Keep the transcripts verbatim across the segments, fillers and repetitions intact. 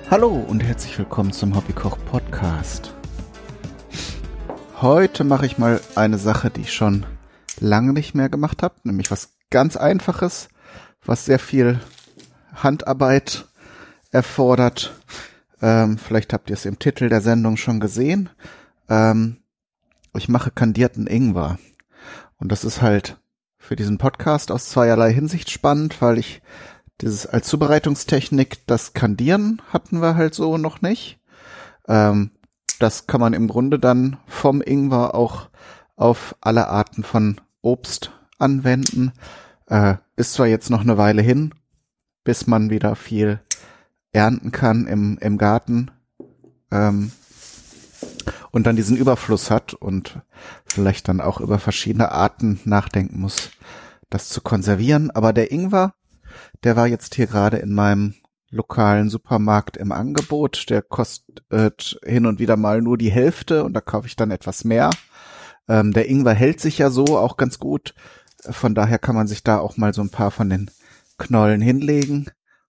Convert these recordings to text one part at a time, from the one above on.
Hallo und herzlich willkommen zum Hobbykoch-Podcast. Heute mache ich mal eine Sache, die ich schon lange nicht mehr gemacht habe, nämlich was ganz Einfaches, was sehr viel Handarbeit erfordert. Ähm, vielleicht habt ihr es im Titel der Sendung schon gesehen. Ähm, ich mache kandierten Ingwer. Und das ist halt für diesen Podcast aus zweierlei Hinsicht spannend, weil ich dieses als Zubereitungstechnik, das Kandieren hatten wir halt so noch nicht. Ähm, das kann man im Grunde dann vom Ingwer auch auf alle Arten von Obst anwenden. Äh, ist zwar jetzt noch eine Weile hin, bis man wieder viel ernten kann im, im Garten ähm, und dann diesen Überfluss hat und vielleicht dann auch über verschiedene Arten nachdenken muss, das zu konservieren. Aber der Ingwer, der war jetzt hier gerade in meinem lokalen Supermarkt im Angebot. Der kostet hin und wieder mal nur die Hälfte und da kaufe ich dann etwas mehr. Ähm, der Ingwer hält sich ja so auch ganz gut. Von daher kann man sich da auch mal so ein paar von den Knollen hinlegen.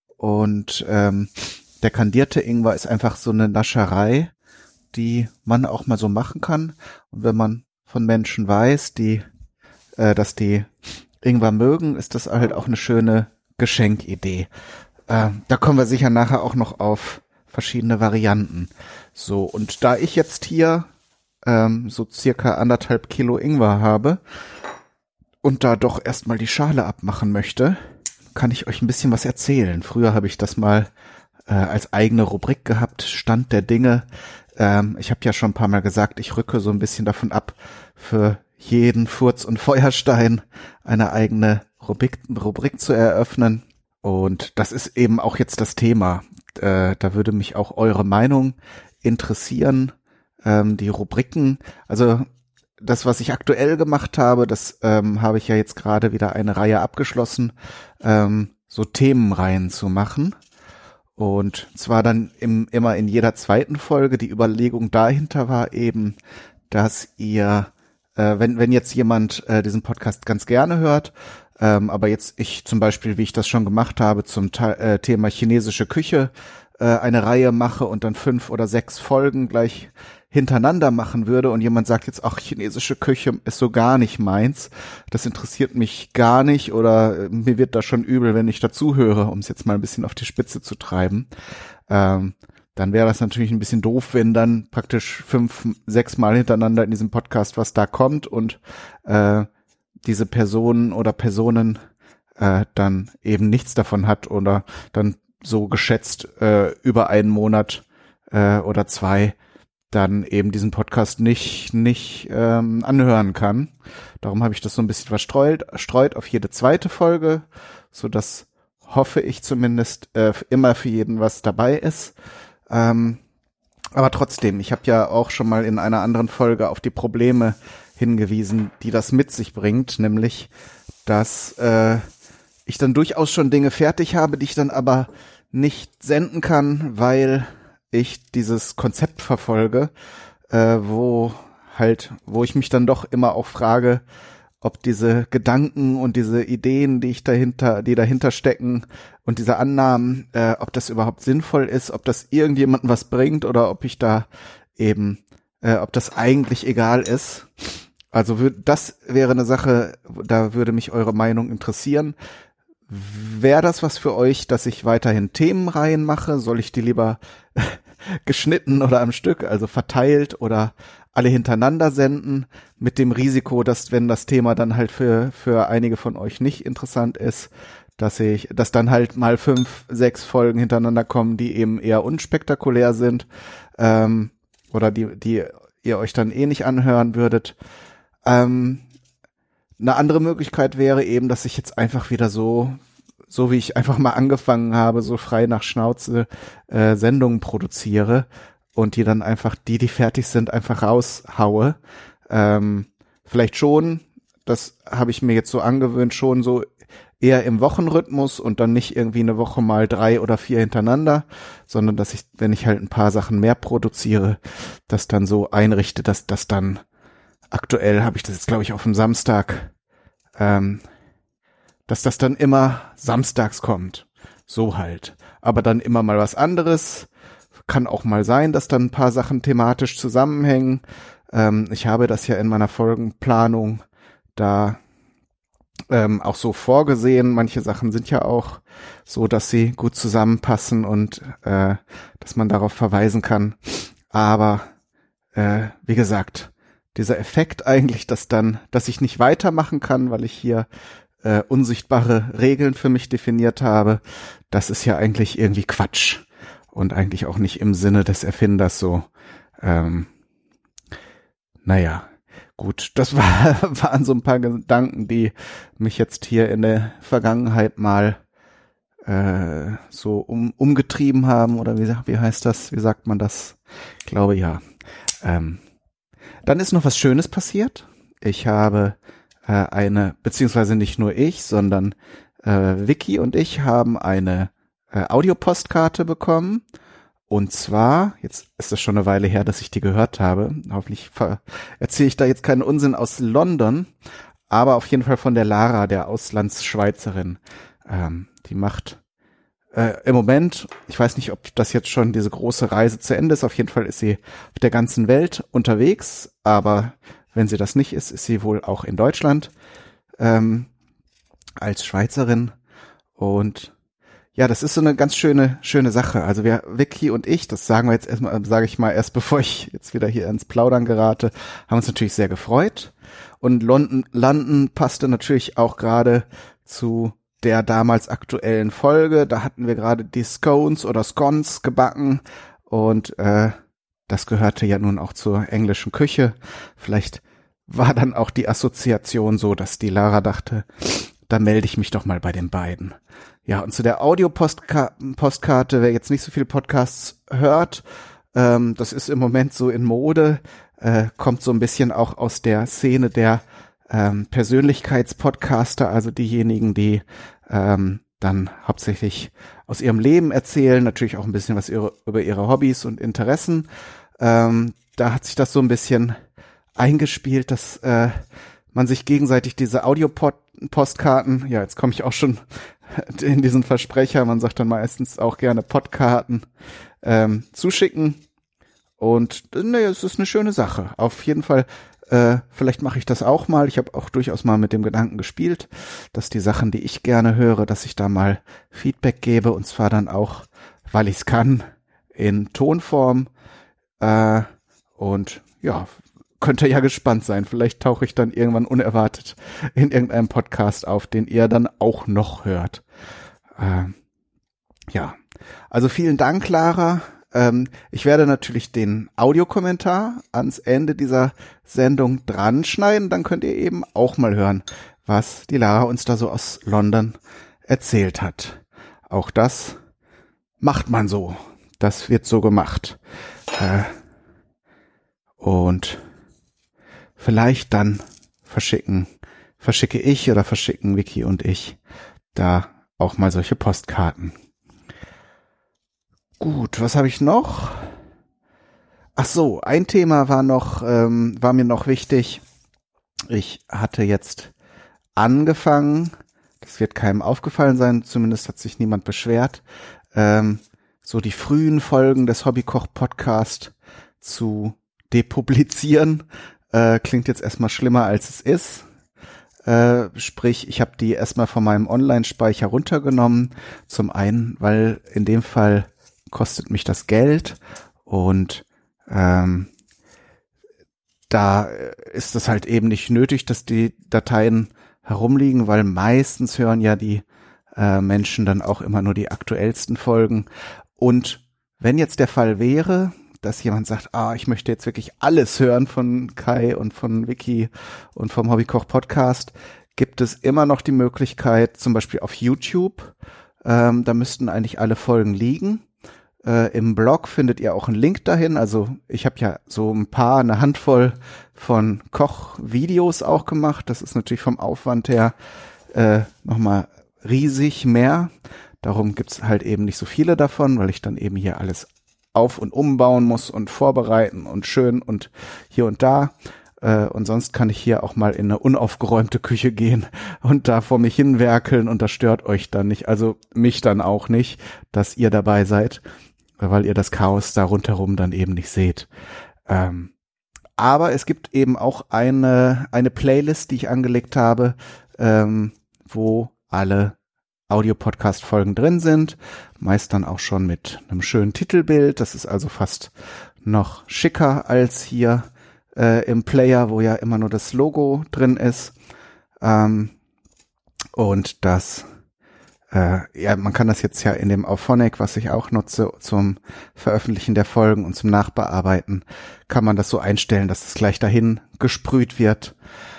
Und ähm, der kandierte Ingwer ist einfach so eine Nascherei, die man auch mal so machen kann. Und wenn man von Menschen weiß, die, äh, dass die Ingwer mögen, ist das halt auch eine schöne Geschenkidee. Äh, da kommen wir sicher nachher auch noch auf verschiedene Varianten. So, und da ich jetzt hier ähm, so circa anderthalb Kilo Ingwer habe und da doch erstmal die Schale abmachen möchte, kann ich euch ein bisschen was erzählen. Früher habe ich das mal äh, als eigene Rubrik gehabt, Stand der Dinge. Ähm, ich habe ja schon ein paar Mal gesagt, ich rücke so ein bisschen davon ab, für jeden Furz und Feuerstein eine eigene Rubrik, Rubrik zu eröffnen. Und das ist eben auch jetzt das Thema. Äh, da würde mich auch eure Meinung interessieren. Ähm, die Rubriken, also das, was ich aktuell gemacht habe, das ähm, habe ich ja jetzt gerade wieder eine Reihe abgeschlossen, ähm, so Themenreihen zu machen. Und zwar dann im, immer in jeder zweiten Folge. Die Überlegung dahinter war eben, dass ihr wenn wenn jetzt jemand äh, diesen Podcast ganz gerne hört, ähm, aber jetzt ich zum Beispiel, wie ich das schon gemacht habe, zum Te- äh, Thema chinesische Küche äh, eine Reihe mache und dann fünf oder sechs Folgen gleich hintereinander machen würde und jemand sagt jetzt, ach, chinesische Küche ist so gar nicht meins, das interessiert mich gar nicht oder äh, mir wird da schon übel, wenn ich dazu höre, um es jetzt mal ein bisschen auf die Spitze zu treiben. Ähm, dann wäre das natürlich ein bisschen doof, wenn dann praktisch fünf, sechs Mal hintereinander in diesem Podcast was da kommt und äh, diese Person oder Personen äh, dann eben nichts davon hat oder dann so geschätzt äh, über einen Monat äh, oder zwei dann eben diesen Podcast nicht nicht ähm, anhören kann. Darum habe ich das so ein bisschen verstreut streut auf jede zweite Folge, so dass hoffe ich zumindest äh, immer für jeden was dabei ist. Ähm, aber trotzdem, ich habe ja auch schon mal in einer anderen Folge auf die Probleme hingewiesen, die das mit sich bringt, nämlich, dass äh, ich dann durchaus schon Dinge fertig habe, die ich dann aber nicht senden kann, weil ich dieses Konzept verfolge, äh, wo halt, wo ich mich dann doch immer auch frage, ob diese Gedanken und diese Ideen, die ich dahinter, die dahinter stecken und diese Annahmen, äh, ob das überhaupt sinnvoll ist, ob das irgendjemandem was bringt oder ob ich da eben, äh, ob das eigentlich egal ist. Also würd, das wäre eine Sache, da würde mich eure Meinung interessieren. Wäre das was für euch, dass ich weiterhin Themenreihen mache? Soll ich die lieber geschnitten oder am Stück, also verteilt oder alle hintereinander senden, mit dem Risiko, dass wenn das Thema dann halt für für einige von euch nicht interessant ist, dass ich, dass dann halt mal fünf, sechs Folgen hintereinander kommen, die eben eher unspektakulär sind ähm, oder die die ihr euch dann eh nicht anhören würdet. Ähm, eine andere Möglichkeit wäre eben, dass ich jetzt einfach wieder so so wie ich einfach mal angefangen habe, so frei nach Schnauze äh, Sendungen produziere und die dann einfach, die, die fertig sind, einfach raushaue. Ähm, vielleicht schon, das habe ich mir jetzt so angewöhnt, schon so eher im Wochenrhythmus und dann nicht irgendwie eine Woche mal drei oder vier hintereinander, sondern dass ich, wenn ich halt ein paar Sachen mehr produziere, das dann so einrichte, dass das dann, aktuell habe ich das jetzt glaube ich auf dem Samstag, ähm, dass das dann immer samstags kommt. so halt. Aber dann immer mal was anderes. Kann auch mal sein, dass dann ein paar Sachen thematisch zusammenhängen. Ähm, ich habe das ja in meiner Folgenplanung da ähm, auch so vorgesehen. Manche Sachen sind ja auch so, dass sie gut zusammenpassen und äh, dass man darauf verweisen kann. Aber äh, wie gesagt, dieser Effekt eigentlich, dass dann, dass ich nicht weitermachen kann, weil ich hier äh, unsichtbare Regeln für mich definiert habe, das ist ja eigentlich irgendwie Quatsch und eigentlich auch nicht im Sinne des Erfinders so. Ähm, naja, gut, das war, waren so ein paar Gedanken, die mich jetzt hier in der Vergangenheit mal äh, so um, umgetrieben haben, oder wie, wie heißt das, wie sagt man das? Ich glaube ja. Ähm, dann ist noch was Schönes passiert. Ich habe äh, eine, beziehungsweise nicht nur ich, sondern äh, Vicky und ich haben eine äh, Audiopostkarte bekommen. Und zwar, jetzt ist das schon eine Weile her, dass ich die gehört habe. Hoffentlich ver- erzähle ich da jetzt keinen Unsinn aus London, aber auf jeden Fall von der Lara, der Auslandsschweizerin. Ähm, die macht äh, im Moment, ich weiß nicht, ob das jetzt schon diese große Reise zu Ende ist, auf jeden Fall ist sie auf der ganzen Welt unterwegs, aber wenn sie das nicht ist, ist sie wohl auch in Deutschland ähm, als Schweizerin. Und ja, das ist so eine ganz schöne, schöne Sache. Also wir, Vicky und ich, das sagen wir jetzt erstmal, sage ich mal erst, bevor ich jetzt wieder hier ins Plaudern gerate, haben uns natürlich sehr gefreut. Und London, London passte natürlich auch gerade zu der damals aktuellen Folge. Da hatten wir gerade die Scones oder Scones gebacken und äh, das gehörte ja nun auch zur englischen Küche. Vielleicht war dann auch die Assoziation so, dass die Lara dachte, da melde ich mich doch mal bei den beiden. Ja, und zu der Audio-Postkarte, wer jetzt nicht so viele Podcasts hört, ähm, das ist im Moment so in Mode, äh, kommt so ein bisschen auch aus der Szene der ähm, Persönlichkeitspodcaster, also diejenigen, die ähm, dann hauptsächlich aus ihrem Leben erzählen, natürlich auch ein bisschen was ihre, über ihre Hobbys und Interessen. Ähm, da hat sich das so ein bisschen eingespielt, dass äh, man sich gegenseitig diese Audio-Postkarten, ja, jetzt komme ich auch schon in diesen Versprecher, man sagt dann meistens auch gerne Podkarten, ähm, zuschicken. Und ne, es ist eine schöne Sache. Auf jeden Fall, äh, vielleicht mache ich das auch mal. Ich habe auch durchaus mal mit dem Gedanken gespielt, dass die Sachen, die ich gerne höre, dass ich da mal Feedback gebe, und zwar dann auch, weil ich es kann, in Tonform. Äh, und ja, könnt ihr ja gespannt sein. Vielleicht tauche ich dann irgendwann unerwartet in irgendeinem Podcast auf, den ihr dann auch noch hört. Äh, ja, also vielen Dank, Lara. Ähm, ich werde natürlich den Audiokommentar ans Ende dieser Sendung dran schneiden. Dann könnt ihr eben auch mal hören, was die Lara uns da so aus London erzählt hat. Auch das macht man so. Das wird so gemacht. Äh, und vielleicht dann verschicken, verschicke ich oder verschicken Vicky und ich da auch mal solche Postkarten. Gut, was habe ich noch? Ach so, ein Thema war noch, ähm, war mir noch wichtig. Ich hatte jetzt angefangen, das wird keinem aufgefallen sein, zumindest hat sich niemand beschwert, ähm, so die frühen Folgen des Hobbykoch-Podcast zu depublizieren. Äh, klingt jetzt erstmal schlimmer, als es ist. Äh, sprich, ich habe die erstmal von meinem Online-Speicher runtergenommen. Zum einen, weil in dem Fall kostet mich das Geld und ähm, da ist es halt eben nicht nötig, dass die Dateien herumliegen, weil meistens hören ja die äh, Menschen dann auch immer nur die aktuellsten Folgen. Und wenn jetzt der Fall wäre, dass jemand sagt, ah, ich möchte jetzt wirklich alles hören von Kai und von Vicky und vom Hobbykoch Podcast, gibt es immer noch die Möglichkeit, zum Beispiel auf YouTube, ähm, da müssten eigentlich alle Folgen liegen. Äh, im Blog findet ihr auch einen Link dahin. Also ich habe ja so ein paar, eine Handvoll von Kochvideos auch gemacht. Das ist natürlich vom Aufwand her äh, nochmal riesig mehr. Darum gibt's halt eben nicht so viele davon, weil ich dann eben hier alles auf- und umbauen muss und vorbereiten und schön und hier und da. Äh, und sonst kann ich hier auch mal in eine unaufgeräumte Küche gehen und da vor mich hinwerkeln und das stört euch dann nicht. Also mich dann auch nicht, dass ihr dabei seid, weil ihr das Chaos da rundherum dann eben nicht seht. Ähm, aber es gibt eben auch eine, eine Playlist, die ich angelegt habe, ähm, wo alle Audio-Podcast-Folgen drin sind, meist dann auch schon mit einem schönen Titelbild. Das ist also fast noch schicker als hier äh, im Player, wo ja immer nur das Logo drin ist. Ähm, und das, äh, ja, man kann das jetzt ja in dem Auphonic, was ich auch nutze zum Veröffentlichen der Folgen und zum Nachbearbeiten, kann man das so einstellen, dass es gleich dahin gesprüht wird.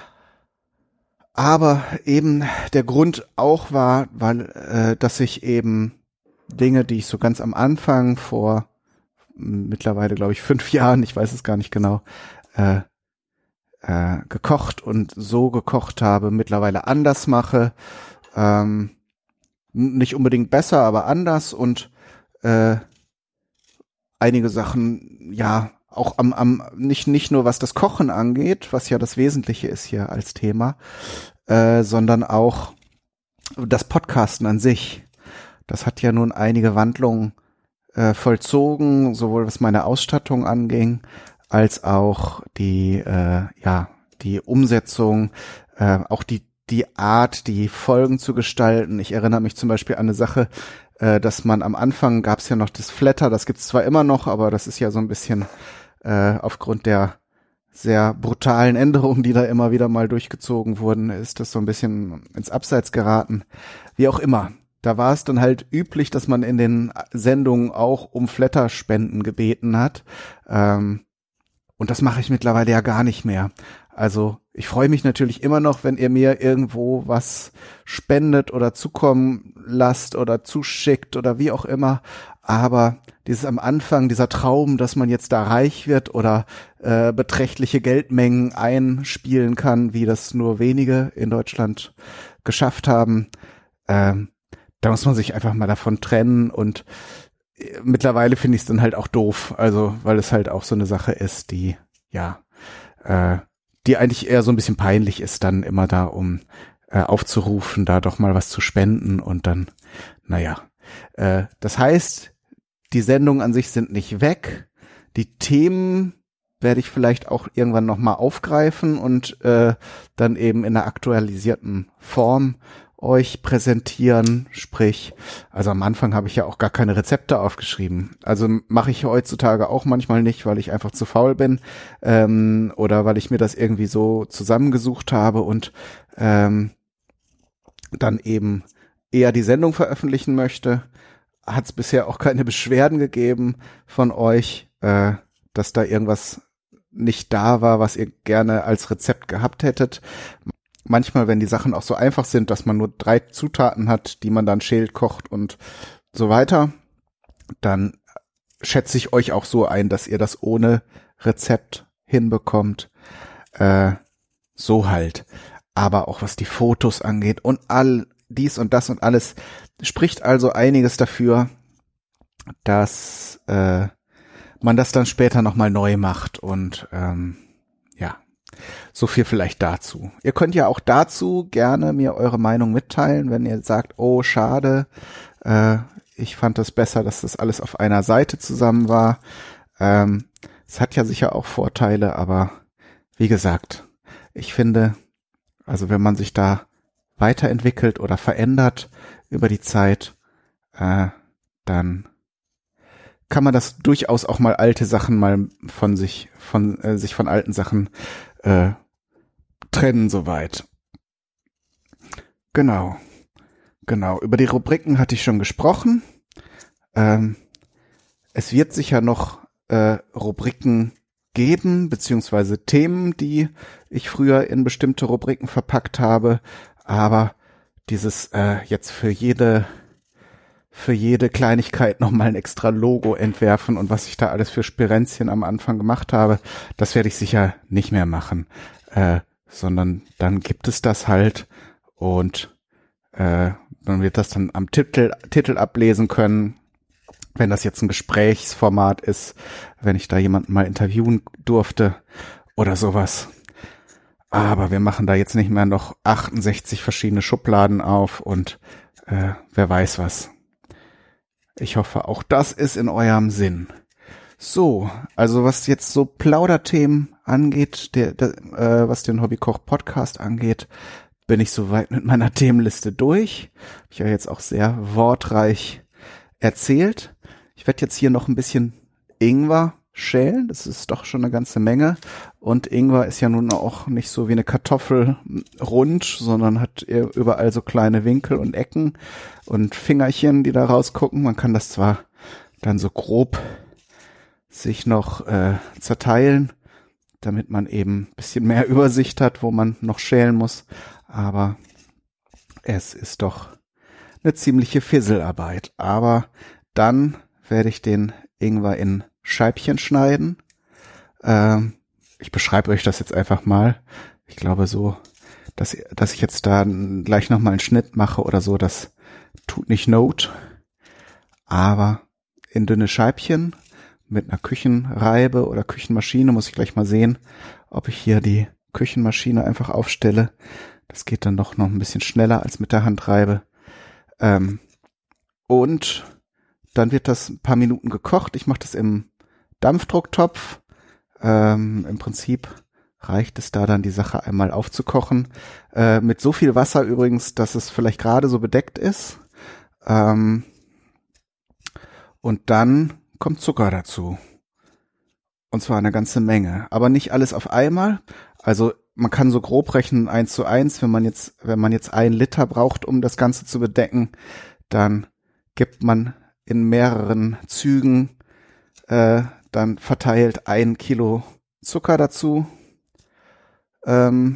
Aber eben der Grund auch war, weil, äh, dass ich eben Dinge, die ich so ganz am Anfang vor mittlerweile, glaube ich, fünf Jahren, ich weiß es gar nicht genau, äh, äh, gekocht und so gekocht habe, mittlerweile anders mache. Ähm, nicht unbedingt besser, aber anders und äh, einige Sachen, ja, auch am, am nicht nicht nur was das Kochen angeht, was ja das Wesentliche ist hier als Thema, äh, sondern auch das Podcasten an sich. Das hat ja nun einige Wandlungen äh, vollzogen, sowohl was meine Ausstattung anging, als auch die äh, ja die Umsetzung, äh, auch die die Art, die Folgen zu gestalten. Ich erinnere mich zum Beispiel an eine Sache, äh, dass man am Anfang gab es ja noch das Flatter, das gibt's zwar immer noch, aber das ist ja so ein bisschen äh, aufgrund der sehr brutalen Änderungen, die da immer wieder mal durchgezogen wurden, ist das so ein bisschen ins Abseits geraten. Wie auch immer. Da war es dann halt üblich, dass man in den Sendungen auch um Flatterspenden gebeten hat. Ähm, und das mache ich mittlerweile ja gar nicht mehr. Also ich freue mich natürlich immer noch, wenn ihr mir irgendwo was spendet oder zukommen lasst oder zuschickt oder wie auch immer. Aber dieses am Anfang, dieser Traum, dass man jetzt da reich wird oder äh, beträchtliche Geldmengen einspielen kann, wie das nur wenige in Deutschland geschafft haben, ähm, da muss man sich einfach mal davon trennen und mittlerweile finde ich es dann halt auch doof, also weil es halt auch so eine Sache ist, die, ja, äh, die eigentlich eher so ein bisschen peinlich ist, dann immer da, um äh, aufzurufen, da doch mal was zu spenden und dann, naja, äh, das heißt, die Sendungen an sich sind nicht weg, die Themen werde ich vielleicht auch irgendwann nochmal aufgreifen und äh, dann eben in einer aktualisierten Form euch präsentieren, sprich, also am Anfang habe ich ja auch gar keine Rezepte aufgeschrieben. Also mache ich heutzutage auch manchmal nicht, weil ich einfach zu faul bin ähm, oder weil ich mir das irgendwie so zusammengesucht habe und ähm, dann eben eher die Sendung veröffentlichen möchte. Hat es bisher auch keine Beschwerden gegeben von euch, äh, dass da irgendwas nicht da war, was ihr gerne als Rezept gehabt hättet. Manchmal, wenn die Sachen auch so einfach sind, dass man nur drei Zutaten hat, die man dann schält, kocht und so weiter, dann schätze ich euch auch so ein, dass ihr das ohne Rezept hinbekommt. Äh, so halt. Aber auch was die Fotos angeht und all dies und das und alles, spricht also einiges dafür, dass äh, man das dann später nochmal neu macht und ähm, ja, so viel vielleicht dazu. Ihr könnt ja auch dazu gerne mir eure Meinung mitteilen, wenn ihr sagt, oh schade, äh, ich fand es besser, dass das alles auf einer Seite zusammen war. Ähm, es hat ja sicher auch Vorteile, aber wie gesagt, ich finde, also wenn man sich da weiterentwickelt oder verändert über die Zeit, äh, dann kann man das durchaus auch mal alte Sachen mal von sich, von äh, sich von alten Sachen äh, trennen soweit. Genau, genau. Über die Rubriken hatte ich schon gesprochen. Ähm, es wird sicher noch äh, Rubriken geben, beziehungsweise Themen, die ich früher in bestimmte Rubriken verpackt habe, aber dieses äh, jetzt für jede für jede Kleinigkeit nochmal ein extra Logo entwerfen und was ich da alles für Spirenzchen am Anfang gemacht habe, das werde ich sicher nicht mehr machen, äh, sondern dann gibt es das halt und äh, man wird das dann am Titel, Titel ablesen können, wenn das jetzt ein Gesprächsformat ist, wenn ich da jemanden mal interviewen durfte oder sowas. Aber wir machen da jetzt nicht mehr noch achtundsechzig verschiedene Schubladen auf und äh, wer weiß was. Ich hoffe, auch das ist in eurem Sinn. So, also was jetzt so Plauderthemen angeht, der, der, äh, was den Hobbykoch-Podcast angeht, bin ich soweit mit meiner Themenliste durch. Hab ich ja jetzt auch sehr wortreich erzählt. Ich werde jetzt hier noch ein bisschen Ingwer schälen, das ist doch schon eine ganze Menge. Und Ingwer ist ja nun auch nicht so wie eine Kartoffel rund, sondern hat überall so kleine Winkel und Ecken und Fingerchen, die da rausgucken. Man kann das zwar dann so grob sich noch äh, zerteilen, damit man eben ein bisschen mehr Übersicht hat, wo man noch schälen muss. Aber es ist doch eine ziemliche Fisselarbeit. Aber dann werde ich den Ingwer in Scheibchen schneiden. Ähm, ich beschreibe euch das jetzt einfach mal. Ich glaube so, dass, dass ich jetzt da gleich nochmal einen Schnitt mache oder so, das tut nicht Not. Aber in dünne Scheibchen mit einer Küchenreibe oder Küchenmaschine muss ich gleich mal sehen, ob ich hier die Küchenmaschine einfach aufstelle. Das geht dann doch noch ein bisschen schneller als mit der Handreibe. Ähm, und dann wird das ein paar Minuten gekocht. Ich mache das im Dampfdrucktopf. Ähm, im Prinzip reicht es da dann, die Sache einmal aufzukochen. Äh, mit so viel Wasser übrigens, dass es vielleicht gerade so bedeckt ist. Ähm, und dann kommt Zucker dazu. Und zwar eine ganze Menge. Aber nicht alles auf einmal. Also man kann so grob rechnen, eins zu eins. Wenn man jetzt, wenn man jetzt ein Liter braucht, um das Ganze zu bedecken, dann gibt man in mehreren Zügen äh, dann verteilt ein Kilo Zucker dazu. Ähm,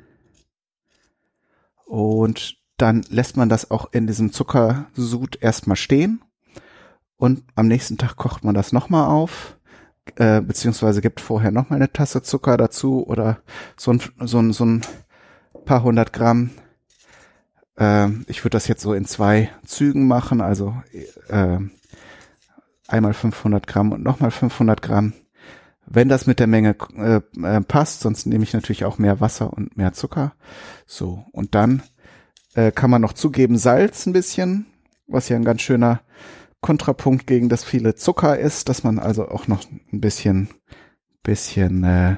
und dann lässt man das auch in diesem Zuckersud erstmal stehen. Und am nächsten Tag kocht man das nochmal auf, äh, beziehungsweise gibt vorher nochmal eine Tasse Zucker dazu oder so ein, so ein, so ein paar hundert Gramm. Äh, ich würde das jetzt so in zwei Zügen machen, also äh, einmal fünfhundert Gramm und nochmal fünfhundert Gramm. Wenn das mit der Menge äh, äh, passt, sonst nehme ich natürlich auch mehr Wasser und mehr Zucker. So, und dann äh, kann man noch zugeben Salz ein bisschen, was ja ein ganz schöner Kontrapunkt gegen das viele Zucker ist, dass man also auch noch ein bisschen, bisschen, äh,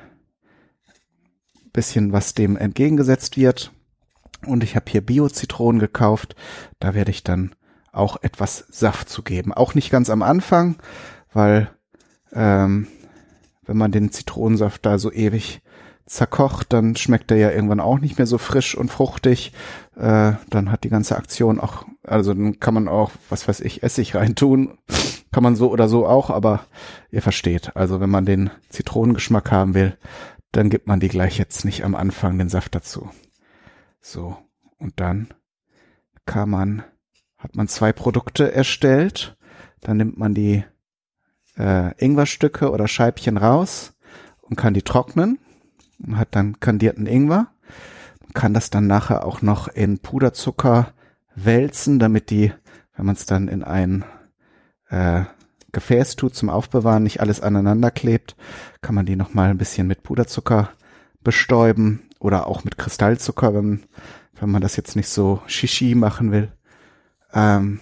bisschen was dem entgegengesetzt wird. Und ich habe hier Bio-Zitronen gekauft. Da werde ich dann auch etwas Saft zu geben. Auch nicht ganz am Anfang, weil ähm, wenn man den Zitronensaft da so ewig zerkocht, dann schmeckt er ja irgendwann auch nicht mehr so frisch und fruchtig. Äh, dann hat die ganze Aktion auch, also dann kann man auch, was weiß ich, Essig reintun. Kann man so oder so auch, aber ihr versteht. Also wenn man den Zitronengeschmack haben will, dann gibt man die gleich jetzt nicht am Anfang den Saft dazu. So, und dann kann man, hat man zwei Produkte erstellt. Dann nimmt man die äh, Ingwerstücke oder Scheibchen raus und kann die trocknen. Und hat dann kandierten Ingwer. Man kann das dann nachher auch noch in Puderzucker wälzen, damit die, wenn man es dann in ein äh, Gefäß tut zum Aufbewahren, nicht alles aneinander klebt, kann man die nochmal ein bisschen mit Puderzucker bestäuben oder auch mit Kristallzucker, wenn, wenn man das jetzt nicht so shishi machen will. Ähm,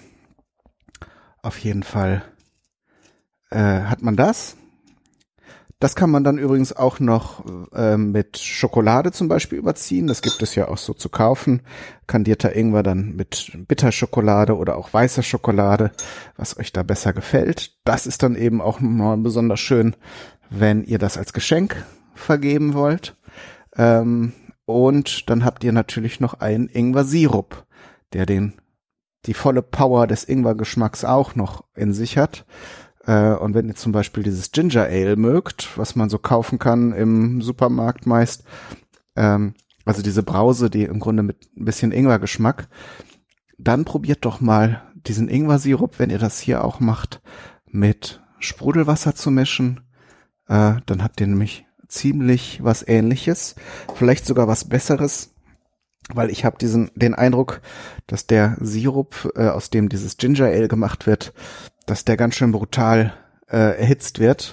auf jeden Fall äh, hat man das. Das kann man dann übrigens auch noch äh, mit Schokolade zum Beispiel überziehen. Das gibt es ja auch so zu kaufen. Kandierter Ingwer dann mit Bitterschokolade oder auch weißer Schokolade, was euch da besser gefällt. Das ist dann eben auch mal besonders schön, wenn ihr das als Geschenk vergeben wollt. Ähm, und dann habt ihr natürlich noch einen Ingwer-Sirup, der den die volle Power des Ingwer-Geschmacks auch noch in sich hat. Und wenn ihr zum Beispiel dieses Ginger Ale mögt, was man so kaufen kann im Supermarkt meist, ähm, also diese Brause, die im Grunde mit ein bisschen Ingwer-Geschmack, dann probiert doch mal diesen Ingwer-Sirup, wenn ihr das hier auch macht, mit Sprudelwasser zu mischen. Äh, dann habt ihr nämlich ziemlich was Ähnliches, vielleicht sogar was Besseres, weil ich habe diesen den Eindruck, dass der Sirup, äh, aus dem dieses Ginger Ale gemacht wird, dass der ganz schön brutal äh, erhitzt wird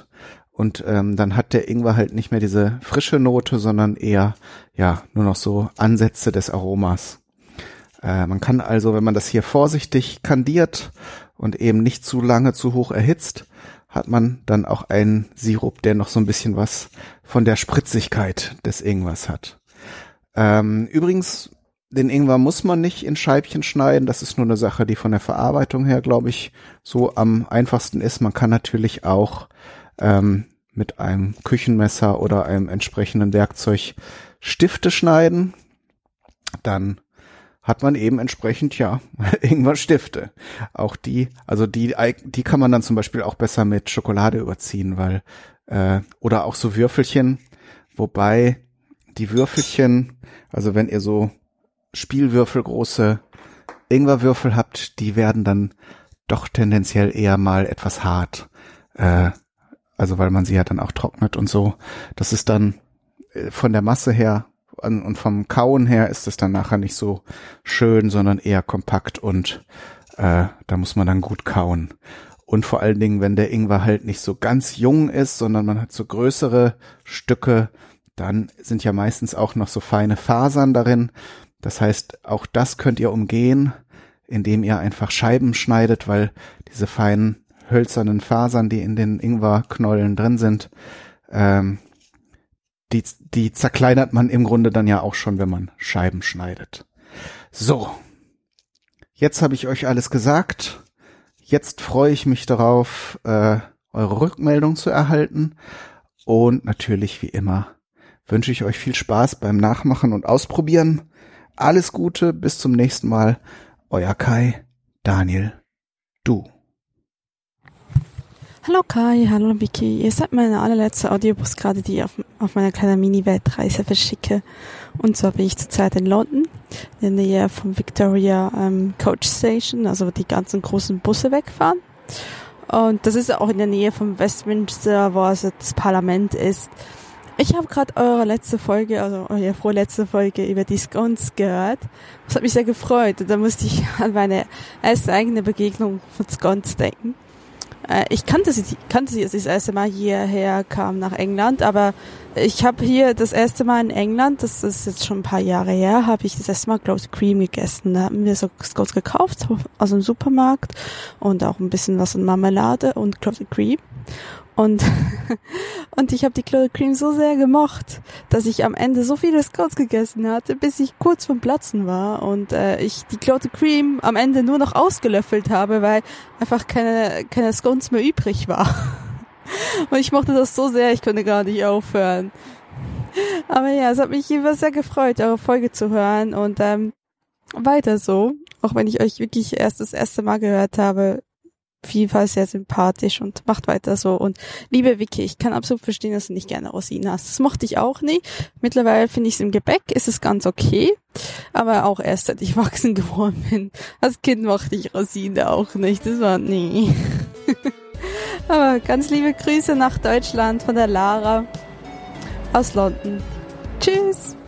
Und ähm, dann hat der Ingwer halt nicht mehr diese frische Note, sondern eher ja nur noch so Ansätze des Aromas. Äh, man kann also, wenn man das hier vorsichtig kandiert und eben nicht zu lange zu hoch erhitzt, hat man dann auch einen Sirup, der noch so ein bisschen was von der Spritzigkeit des Ingwers hat. Ähm, übrigens, den Ingwer muss man nicht in Scheibchen schneiden. Das ist nur eine Sache, die von der Verarbeitung her, glaube ich, so am einfachsten ist. Man kann natürlich auch ähm, mit einem Küchenmesser oder einem entsprechenden Werkzeug Stifte schneiden. Dann hat man eben entsprechend, ja, Ingwer-Stifte. Auch die, also die, die kann man dann zum Beispiel auch besser mit Schokolade überziehen, weil, äh, oder auch so Würfelchen, wobei die Würfelchen, also wenn ihr so Spielwürfelgroße Ingwerwürfel habt, die werden dann doch tendenziell eher mal etwas hart. Äh, also weil man sie ja dann auch trocknet und so. Das ist dann äh, von der Masse her an, und vom Kauen her ist es dann nachher nicht so schön, sondern eher kompakt und äh, da muss man dann gut kauen. Und vor allen Dingen, wenn der Ingwer halt nicht so ganz jung ist, sondern man hat so größere Stücke, dann sind ja meistens auch noch so feine Fasern darin. Das heißt, auch das könnt ihr umgehen, indem ihr einfach Scheiben schneidet, weil diese feinen hölzernen Fasern, die in den Ingwerknollen drin sind, ähm, die, die zerkleinert man im Grunde dann ja auch schon, wenn man Scheiben schneidet. So, jetzt habe ich euch alles gesagt. Jetzt freue ich mich darauf, äh, eure Rückmeldung zu erhalten. Und natürlich, wie immer, wünsche ich euch viel Spaß beim Nachmachen und Ausprobieren. Alles Gute, bis zum nächsten Mal. Euer Kai, Daniel, du. Hallo Kai, hallo Vicky. Ihr seid meine allerletzte Audiobooks gerade, die ich auf, auf meiner kleinen Mini-Weltreise verschicke. Und zwar bin ich zurzeit in London, in der Nähe vom Victoria ähm, Coach Station, also wo die ganzen großen Busse wegfahren. Und das ist auch in der Nähe vom Westminster, wo also das Parlament ist. Ich habe gerade eure letzte Folge, also eure vorletzte Folge über die Scones gehört. Das hat mich sehr gefreut. Und da musste ich an meine erste eigene Begegnung von Scones denken. Äh, ich kannte sie, kannte sie, als ich das erste Mal hierher kam nach England, aber ich habe hier das erste Mal in England, das ist jetzt schon ein paar Jahre her, habe ich das erste Mal Clotted Cream gegessen. Da haben wir so Scones gekauft aus dem Supermarkt und auch ein bisschen was in Marmelade und Clotted Cream. Und und ich habe die Clotted Cream so sehr gemocht, dass ich am Ende so viele Scones gegessen hatte, bis ich kurz vom Platzen war und äh, ich die Clotted Cream am Ende nur noch ausgelöffelt habe, weil einfach keine keine Scones mehr übrig war. Und ich mochte das so sehr, ich konnte gar nicht aufhören. Aber ja, es hat mich immer sehr gefreut, eure Folge zu hören und ähm, weiter so, auch wenn ich euch wirklich erst das erste Mal gehört habe. Auf jeden Fall sehr sympathisch und macht weiter so. Und liebe Vicky, ich kann absolut verstehen, dass du nicht gerne Rosinen hast. Das mochte ich auch nicht. Mittlerweile finde ich es im Gebäck, ist es ganz okay. Aber auch erst, seit ich erwachsen geworden bin. Als Kind mochte ich Rosinen auch nicht. Das war nie. Aber ganz liebe Grüße nach Deutschland von der Lara aus London. Tschüss.